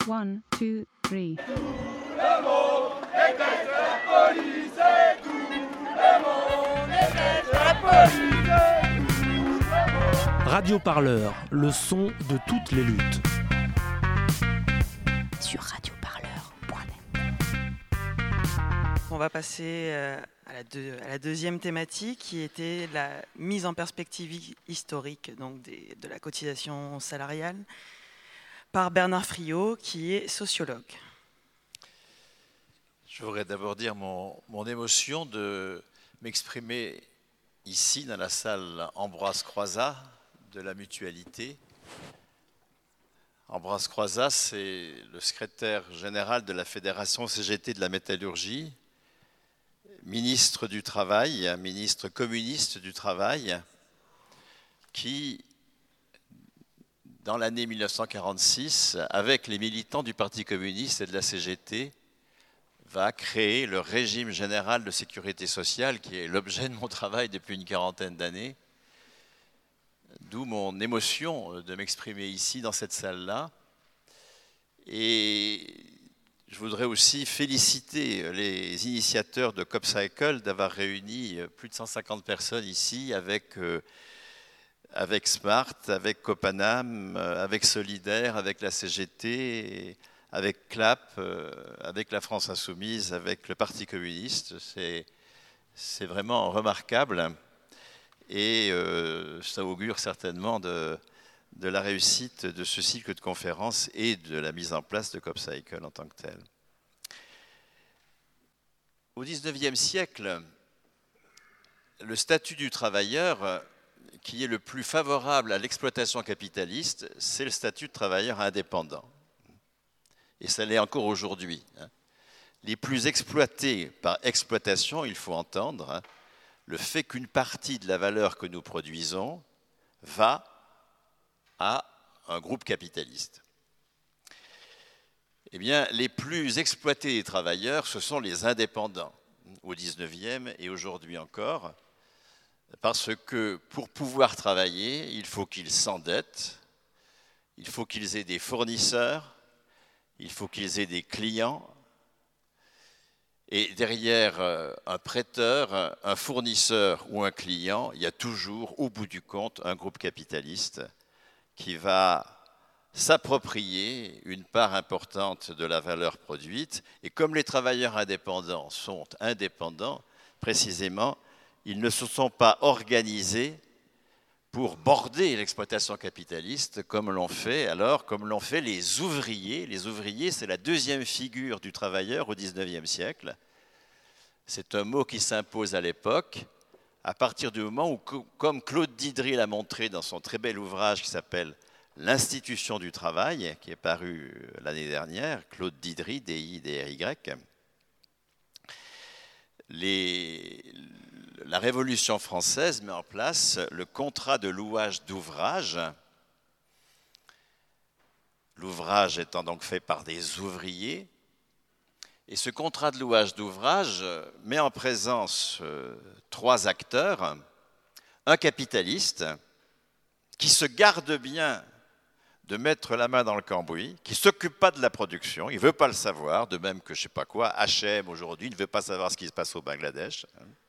1, 2, 3. Le monde déteste la police et tout. Le monde déteste la police et tout. Radio Parleur, le son de toutes les luttes. Sur radioparleur.net. On va passer à la deuxième thématique qui était la mise en perspective historique donc de la cotisation salariale par Bernard Friot qui est sociologue. Je voudrais d'abord dire mon émotion de m'exprimer ici dans la salle Ambroise Croizat de la Mutualité. Ambroise Croizat, c'est le secrétaire général de la Fédération CGT de la métallurgie, ministre du Travail, ministre communiste du Travail, qui, dans l'année 1946, avec les militants du Parti communiste et de la CGT, va créer le régime général de sécurité sociale, qui est l'objet de mon travail depuis une quarantaine d'années. D'où mon émotion de m'exprimer ici, dans cette salle-là. Et je voudrais aussi féliciter les initiateurs de CopCycle d'avoir réuni plus de 150 personnes ici avec Smart, avec Copanam, avec Solidaire, avec la CGT, avec CLAP, avec la France Insoumise, avec le Parti communiste. C'est vraiment remarquable. Et ça augure certainement de la réussite de ce cycle de conférences et de la mise en place de CopCycle en tant que tel. Au XIXe siècle, le statut du travailleur qui est le plus favorable à l'exploitation capitaliste, c'est le statut de travailleur indépendant. Et ça l'est encore aujourd'hui. Les plus exploités par exploitation, il faut entendre, le fait qu'une partie de la valeur que nous produisons va à un groupe capitaliste. Eh bien, les plus exploités des travailleurs, ce sont les indépendants, au XIXe et aujourd'hui encore, parce que pour pouvoir travailler, il faut qu'ils s'endettent, il faut qu'ils aient des fournisseurs, il faut qu'ils aient des clients. Et derrière un prêteur, un fournisseur ou un client, il y a toujours, au bout du compte, un groupe capitaliste qui va s'approprier une part importante de la valeur produite. Et comme les travailleurs indépendants sont indépendants, précisément, ils ne se sont pas organisés pour border l'exploitation capitaliste comme l'ont fait les ouvriers. Les ouvriers, c'est la deuxième figure du travailleur au XIXe siècle. C'est un mot qui s'impose à l'époque, à partir du moment où, comme Claude Didry l'a montré dans son très bel ouvrage qui s'appelle « L'institution du travail », qui est paru l'année dernière, Claude Didry, D-I-D-R-Y, la Révolution française met en place le contrat de louage d'ouvrage, l'ouvrage étant donc fait par des ouvriers. Et ce contrat de louage d'ouvrage met en présence trois acteurs. Un capitaliste qui se garde bien de mettre la main dans le cambouis, qui ne s'occupe pas de la production, il ne veut pas le savoir, de même que je ne sais pas quoi, H&M aujourd'hui ne veut pas savoir ce qui se passe au Bangladesh.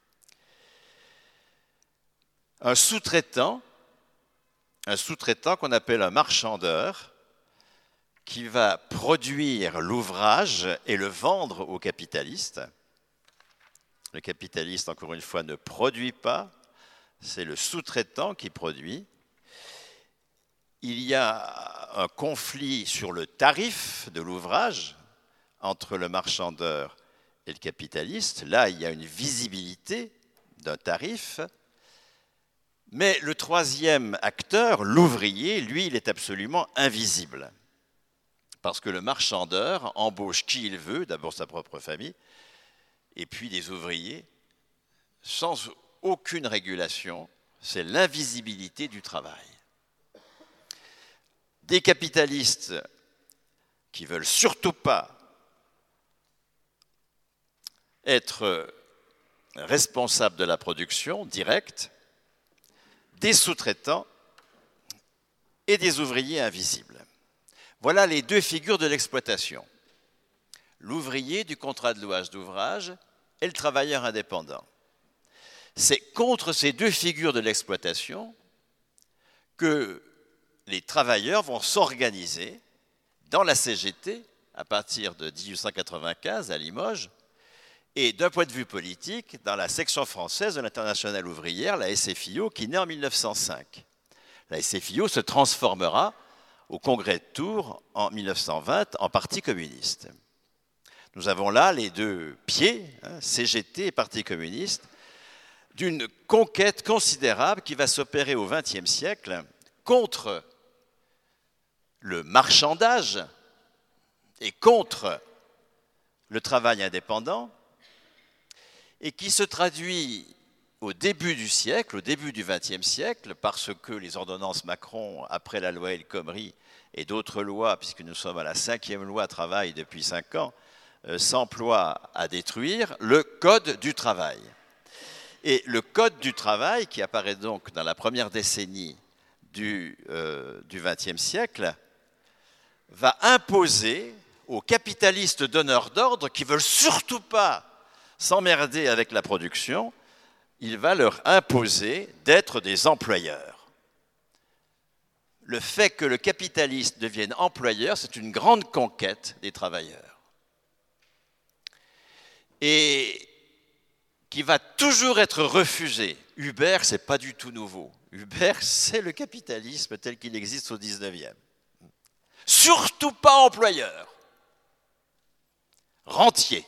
Un sous-traitant qu'on appelle un marchandeur, qui va produire l'ouvrage et le vendre au capitaliste. Le capitaliste, encore une fois, ne produit pas, c'est le sous-traitant qui produit. Il y a un conflit sur le tarif de l'ouvrage entre le marchandeur et le capitaliste. Là, il y a une visibilité d'un tarif. Mais le troisième acteur, l'ouvrier, lui, il est absolument invisible. Parce que le marchandeur embauche qui il veut, d'abord sa propre famille, et puis des ouvriers, sans aucune régulation. C'est l'invisibilité du travail. Des capitalistes qui ne veulent surtout pas être responsables de la production directe, des sous-traitants et des ouvriers invisibles. Voilà les deux figures de l'exploitation. L'ouvrier du contrat de louage d'ouvrage et le travailleur indépendant. C'est contre ces deux figures de l'exploitation que les travailleurs vont s'organiser dans la CGT à partir de 1895 à Limoges et d'un point de vue politique dans la section française de l'Internationale ouvrière, la SFIO, qui naît en 1905. La SFIO se transformera au Congrès de Tours en 1920 en Parti communiste. Nous avons là les deux pieds, CGT et Parti communiste, d'une conquête considérable qui va s'opérer au XXe siècle contre le marchandage et contre le travail indépendant, et qui se traduit au début du siècle, au début du XXe siècle, parce que les ordonnances Macron, après la loi El Khomri et d'autres lois, puisque nous sommes à la 5e loi travail depuis 5 ans, s'emploient à détruire le Code du travail. Et le Code du travail, qui apparaît donc dans la première décennie du XXe siècle, va imposer aux capitalistes donneurs d'ordre qui ne veulent surtout pas s'emmerder avec la production, il va leur imposer d'être des employeurs. Le fait que le capitaliste devienne employeur, c'est une grande conquête des travailleurs. Et qui va toujours être refusé. Uber, ce n'est pas du tout nouveau. Uber, c'est le capitalisme tel qu'il existe au 19e. Surtout pas employeur. Rentier.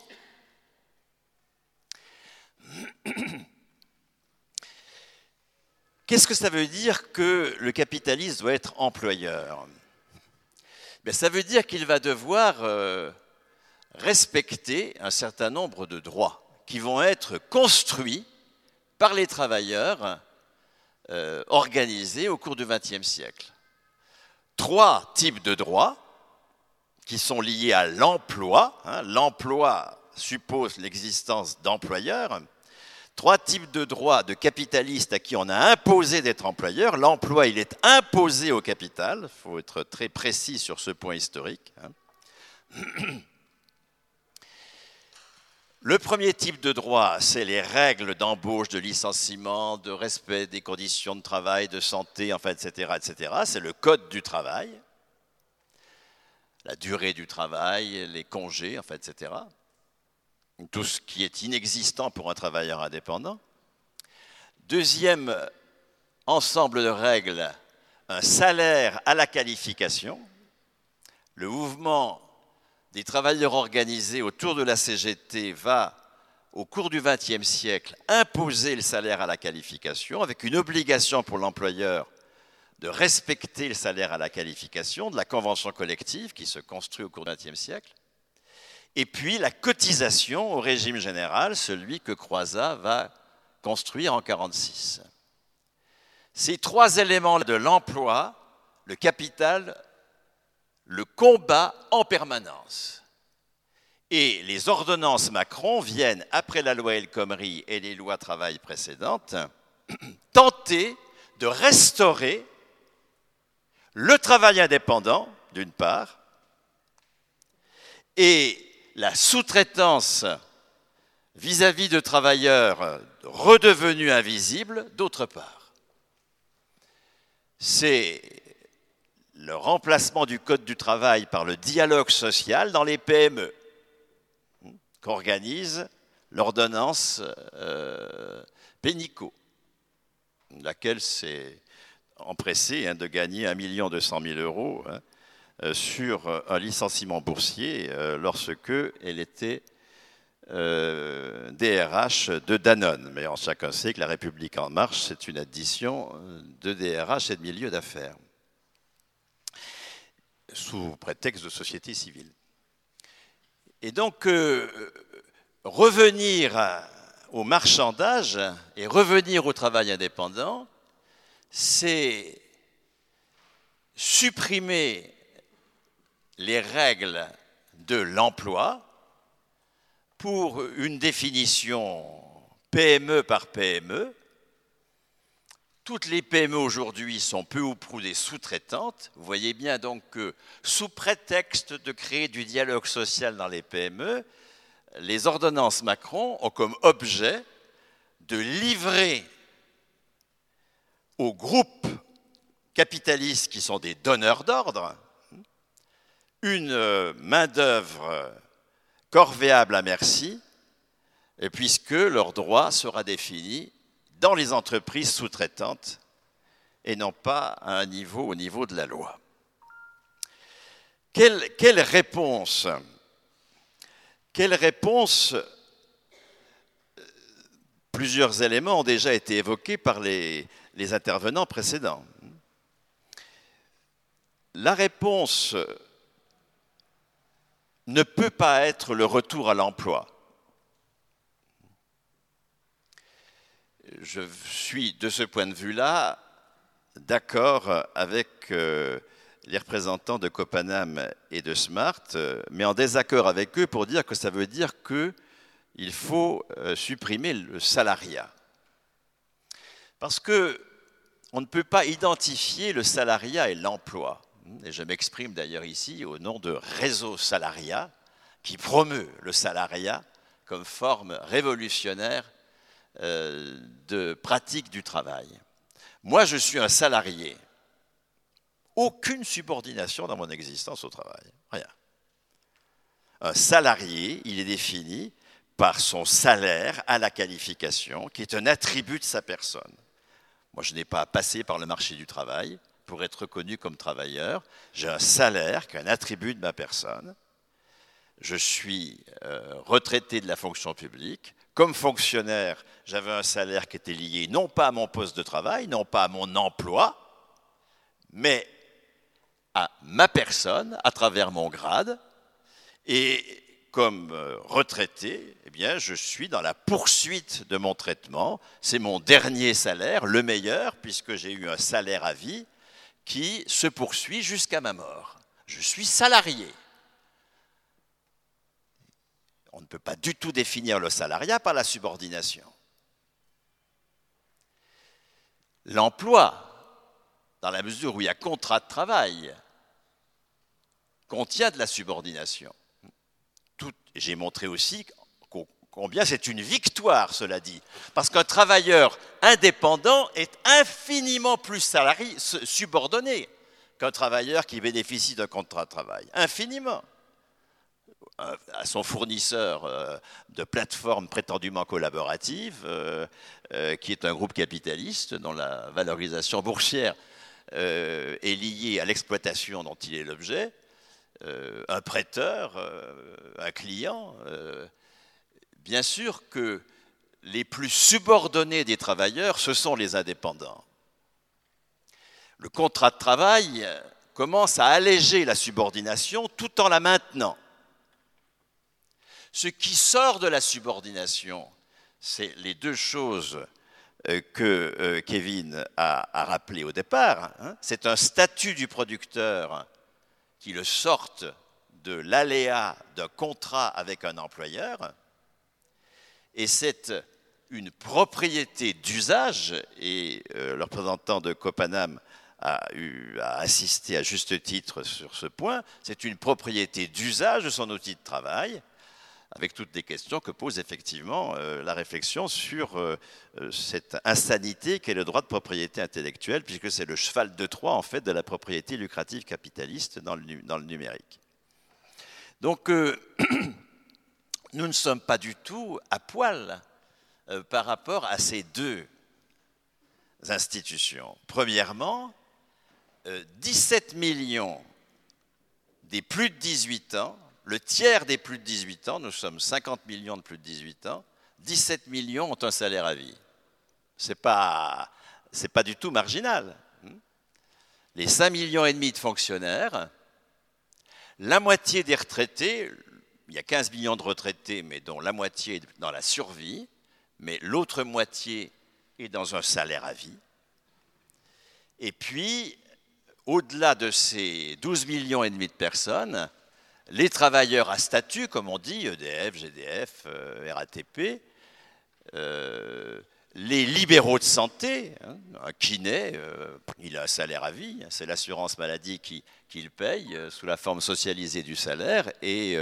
Qu'est-ce que ça veut dire que le capitaliste doit être employeur? Ça veut dire qu'il va devoir respecter un certain nombre de droits qui vont être construits par les travailleurs organisés au cours du XXe siècle. 3 types de droits qui sont liés à l'emploi. L'emploi suppose l'existence d'employeurs. 3 types de droits de capitalistes à qui on a imposé d'être employeur. L'emploi, il est imposé au capital. Il faut être très précis sur ce point historique. Le premier type de droit, c'est les règles d'embauche, de licenciement, de respect des conditions de travail, de santé, enfin, etc., etc. C'est le code du travail, la durée du travail, les congés, enfin, etc. Tout ce qui est inexistant pour un travailleur indépendant. Deuxième ensemble de règles, un salaire à la qualification. Le mouvement des travailleurs organisés autour de la CGT va, au cours du XXe siècle, imposer le salaire à la qualification, avec une obligation pour l'employeur de respecter le salaire à la qualification, de la convention collective qui se construit au cours du XXe siècle, et puis la cotisation au régime général, celui que Croizat va construire en 1946. Ces 3 éléments de l'emploi, le capital, le combat en permanence. Et les ordonnances Macron viennent, après la loi El Khomri et les lois travail précédentes, tenter de restaurer le travail indépendant, d'une part, et la sous-traitance vis-à-vis de travailleurs redevenus invisibles, d'autre part. C'est le remplacement du Code du travail par le dialogue social dans les PME qu'organise l'ordonnance Pénicaud, laquelle s'est empressée de gagner 1 200 000 € sur un licenciement boursier lorsque elle était DRH de Danone. Mais chacun sait que la République en marche, c'est une addition de DRH et de milieu d'affaires, sous prétexte de société civile. Et donc, revenir au marchandage et revenir au travail indépendant, c'est supprimer les règles de l'emploi pour une définition PME par PME, toutes les PME aujourd'hui sont peu ou prou des sous-traitantes. Vous voyez bien donc que, sous prétexte de créer du dialogue social dans les PME, les ordonnances Macron ont comme objet de livrer aux groupes capitalistes qui sont des donneurs d'ordre une main-d'œuvre corvéable à merci, et puisque leur droit sera défini dans les entreprises sous-traitantes et non pas à un niveau au niveau de la loi. Quelle réponse? Quelle réponse? Plusieurs éléments ont déjà été évoqués par les intervenants précédents. La réponse ne peut pas être le retour à l'emploi. Je suis, de ce point de vue-là, d'accord avec les représentants de Copanam et de Smart, mais en désaccord avec eux pour dire que ça veut dire qu'il faut supprimer le salariat. Parce qu'on ne peut pas identifier le salariat et l'emploi. Et je m'exprime d'ailleurs ici au nom de Réseau Salariat, qui promeut le salariat comme forme révolutionnaire de pratique du travail. Moi, je suis un salarié. Aucune subordination dans mon existence au travail. Rien. Un salarié, il est défini par son salaire à la qualification, qui est un attribut de sa personne. Moi, je n'ai pas à passer par le marché du travail pour être reconnu comme travailleur. J'ai un salaire qui est un attribut de ma personne. Je suis retraité de la fonction publique. Comme fonctionnaire, j'avais un salaire qui était lié non pas à mon poste de travail, non pas à mon emploi, mais à ma personne, à travers mon grade. Et comme retraité, eh bien, je suis dans la poursuite de mon traitement. C'est mon dernier salaire, le meilleur, puisque j'ai eu un salaire à vie qui se poursuit jusqu'à ma mort. Je suis salarié. On ne peut pas du tout définir le salariat par la subordination. L'emploi, dans la mesure où il y a contrat de travail, contient de la subordination. J'ai montré aussi combien c'est une victoire, cela dit, parce qu'un travailleur indépendant est infiniment plus subordonné qu'un travailleur qui bénéficie d'un contrat de travail. Infiniment. À son fournisseur de plateformes prétendument collaboratives, qui est un groupe capitaliste dont la valorisation boursière est liée à l'exploitation dont il est l'objet, un prêteur, un client. Bien sûr que les plus subordonnés des travailleurs, ce sont les indépendants. Le contrat de travail commence à alléger la subordination tout en la maintenant. Ce qui sort de la subordination, c'est les deux choses que Kevin a rappelées au départ. C'est un statut du producteur qui le sorte de l'aléa d'un contrat avec un employeur, et c'est une propriété d'usage, et le représentant de Copanam a assisté à juste titre sur ce point, c'est une propriété d'usage de son outil de travail, avec toutes les questions que pose effectivement la réflexion sur cette insanité qu'est le droit de propriété intellectuelle, puisque c'est le cheval de Troie en fait de la propriété lucrative capitaliste dans le numérique. Donc nous ne sommes pas du tout à poil par rapport à ces deux institutions. Premièrement, 17 millions des plus de 18 ans, le tiers des plus de 18 ans, nous sommes 50 millions de plus de 18 ans, 17 millions ont un salaire à vie. C'est pas du tout marginal. Les 5,5 millions de fonctionnaires, la moitié des retraités, il y a 15 millions de retraités, mais dont la moitié est dans la survie, mais l'autre moitié est dans un salaire à vie. Et puis, au-delà de ces 12,5 millions de personnes, les travailleurs à statut, comme on dit, EDF, GDF, RATP, les libéraux de santé, un kiné, il a un salaire à vie, c'est l'assurance maladie qui le paye sous la forme socialisée du salaire, et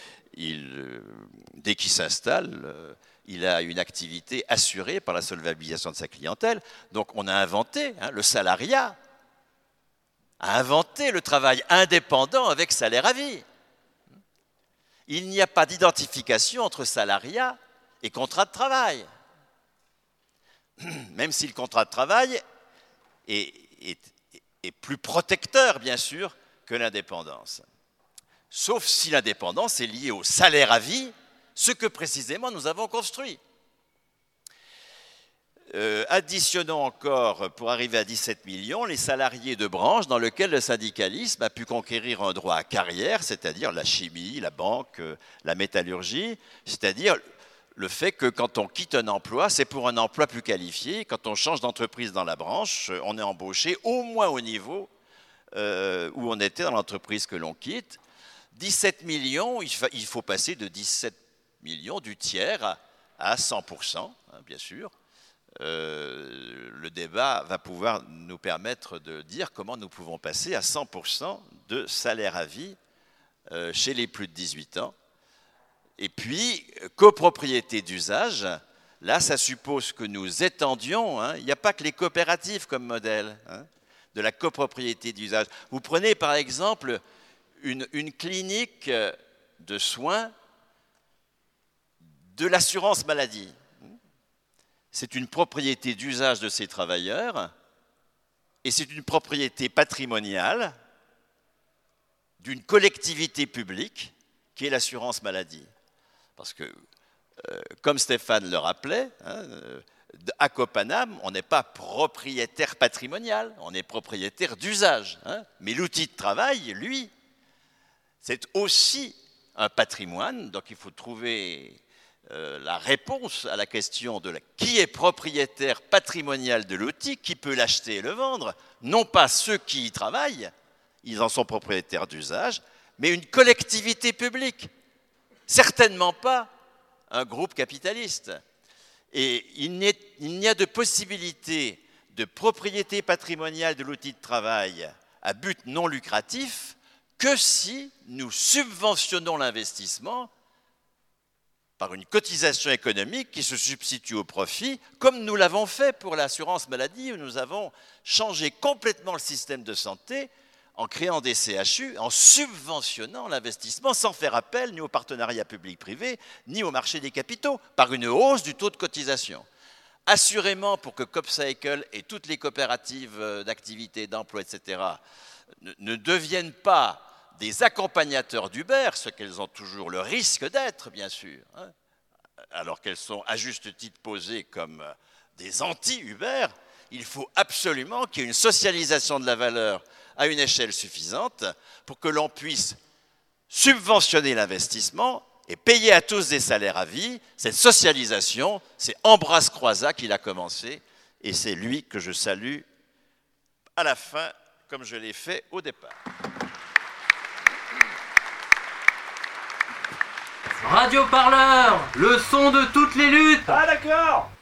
dès qu'il s'installe, il a une activité assurée par la solvabilisation de sa clientèle. Donc on a inventé le salariat, a inventé le travail indépendant avec salaire à vie. Il n'y a pas d'identification entre salariat et contrat de travail. Même si le contrat de travail est plus protecteur, bien sûr, que l'indépendance. Sauf si l'indépendance est liée au salaire à vie, ce que précisément nous avons construit. Additionnons encore, pour arriver à 17 millions, les salariés de branches dans lesquelles le syndicalisme a pu conquérir un droit à carrière, c'est-à-dire la chimie, la banque, la métallurgie, c'est-à-dire le fait que quand on quitte un emploi, c'est pour un emploi plus qualifié. Quand on change d'entreprise dans la branche, on est embauché au moins au niveau où on était dans l'entreprise que l'on quitte. 17 millions, il faut passer de 17 millions du tiers à 100%, bien sûr. Le débat va pouvoir nous permettre de dire comment nous pouvons passer à 100% de salaire à vie chez les plus de 18 ans. Et puis, copropriété d'usage, là, ça suppose que nous étendions, il n'y a pas que les coopératives comme modèle de la copropriété d'usage. Vous prenez par exemple une clinique de soins de l'assurance maladie. C'est une propriété d'usage de ces travailleurs et c'est une propriété patrimoniale d'une collectivité publique qui est l'assurance maladie. Parce que, comme Stéphane le rappelait, à Copanam, on n'est pas propriétaire patrimonial, on est propriétaire d'usage. Mais l'outil de travail, lui, c'est aussi un patrimoine, donc il faut trouver la réponse à la question de qui est propriétaire patrimonial de l'outil, qui peut l'acheter et le vendre, non pas ceux qui y travaillent, ils en sont propriétaires d'usage, mais une collectivité publique, certainement pas un groupe capitaliste. Et il n'y a de possibilité de propriété patrimoniale de l'outil de travail à but non lucratif que si nous subventionnons l'investissement par une cotisation économique qui se substitue au profit, comme nous l'avons fait pour l'assurance maladie, où nous avons changé complètement le système de santé en créant des CHU, en subventionnant l'investissement sans faire appel ni au partenariat public-privé, ni au marché des capitaux, par une hausse du taux de cotisation. Assurément, pour que CopCycle et toutes les coopératives d'activité, d'emploi, etc., ne deviennent pas des accompagnateurs d'Uber, ce qu'elles ont toujours le risque d'être, bien sûr, alors qu'elles sont à juste titre posées comme des anti-Uber, il faut absolument qu'il y ait une socialisation de la valeur à une échelle suffisante pour que l'on puisse subventionner l'investissement et payer à tous des salaires à vie. Cette socialisation, c'est Ambroise Croizat qui l'a commencé et c'est lui que je salue à la fin, comme je l'ai fait au départ. Radio Parleur, le son de toutes les luttes. Ah d'accord.